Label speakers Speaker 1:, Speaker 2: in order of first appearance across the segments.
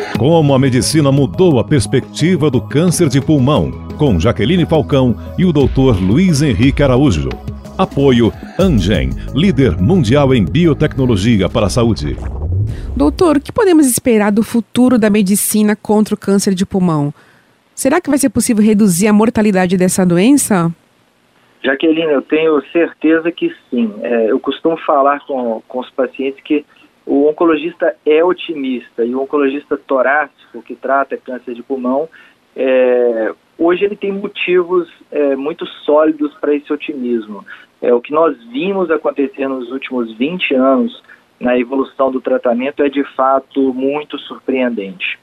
Speaker 1: Como a medicina mudou a perspectiva do câncer de pulmão, com Jaqueline Falcão e o Dr. Luiz Henrique Araújo. Apoio Angen, líder mundial em biotecnologia para a saúde.
Speaker 2: Doutor, o que podemos esperar do futuro da medicina contra o câncer de pulmão? Será que vai ser possível reduzir a mortalidade dessa doença?
Speaker 3: Jaqueline, eu tenho certeza que sim. Eu costumo falar com os pacientes que o oncologista é otimista, e o oncologista torácico que trata câncer de pulmão, hoje ele tem motivos muito sólidos para esse otimismo. O que nós vimos acontecer nos últimos 20 anos na evolução do tratamento é de fato muito surpreendente.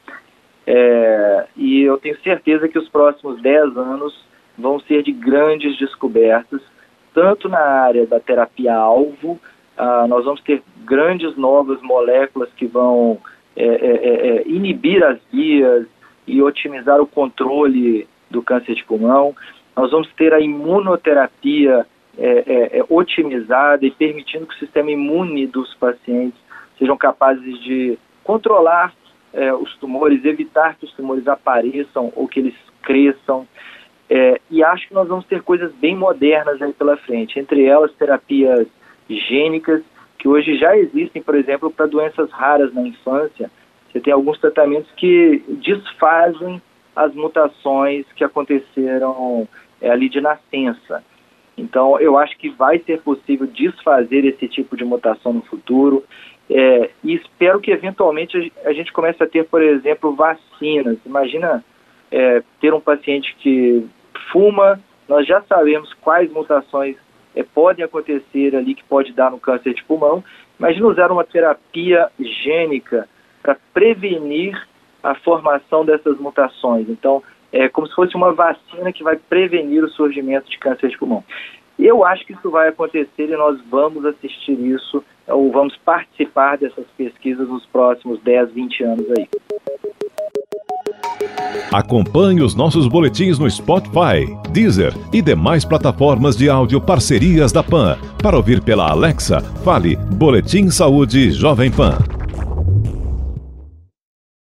Speaker 3: E eu tenho certeza que os próximos 10 anos vão ser de grandes descobertas, tanto na área da terapia-alvo. Nós vamos ter grandes novas moléculas que vão inibir as vias e otimizar o controle do câncer de pulmão. Nós vamos ter a imunoterapia otimizada e permitindo que o sistema imune dos pacientes sejam capazes de controlar os tumores, evitar que os tumores apareçam ou que eles cresçam. E acho que nós vamos ter coisas bem modernas aí pela frente, entre elas terapias gênicas, que hoje já existem, por exemplo, para doenças raras na infância. Você tem alguns tratamentos que desfazem as mutações que aconteceram ali de nascença. Então, eu acho que vai ser possível desfazer esse tipo de mutação no futuro, e espero que, eventualmente, a gente comece a ter, por exemplo, vacinas. Imagina ter um paciente que fuma, nós já sabemos quais mutações podem acontecer ali que pode dar no câncer de pulmão. Imagina usar uma terapia gênica para prevenir a formação dessas mutações. Então, é como se fosse uma vacina que vai prevenir o surgimento de câncer de pulmão. Eu acho que isso vai acontecer e nós vamos assistir isso, ou vamos participar dessas pesquisas nos próximos 10, 20 anos aí.
Speaker 1: Acompanhe os nossos boletins no Spotify, Deezer e demais plataformas de áudio parcerias da PAN. Para ouvir pela Alexa, fale Boletim Saúde Jovem Pan.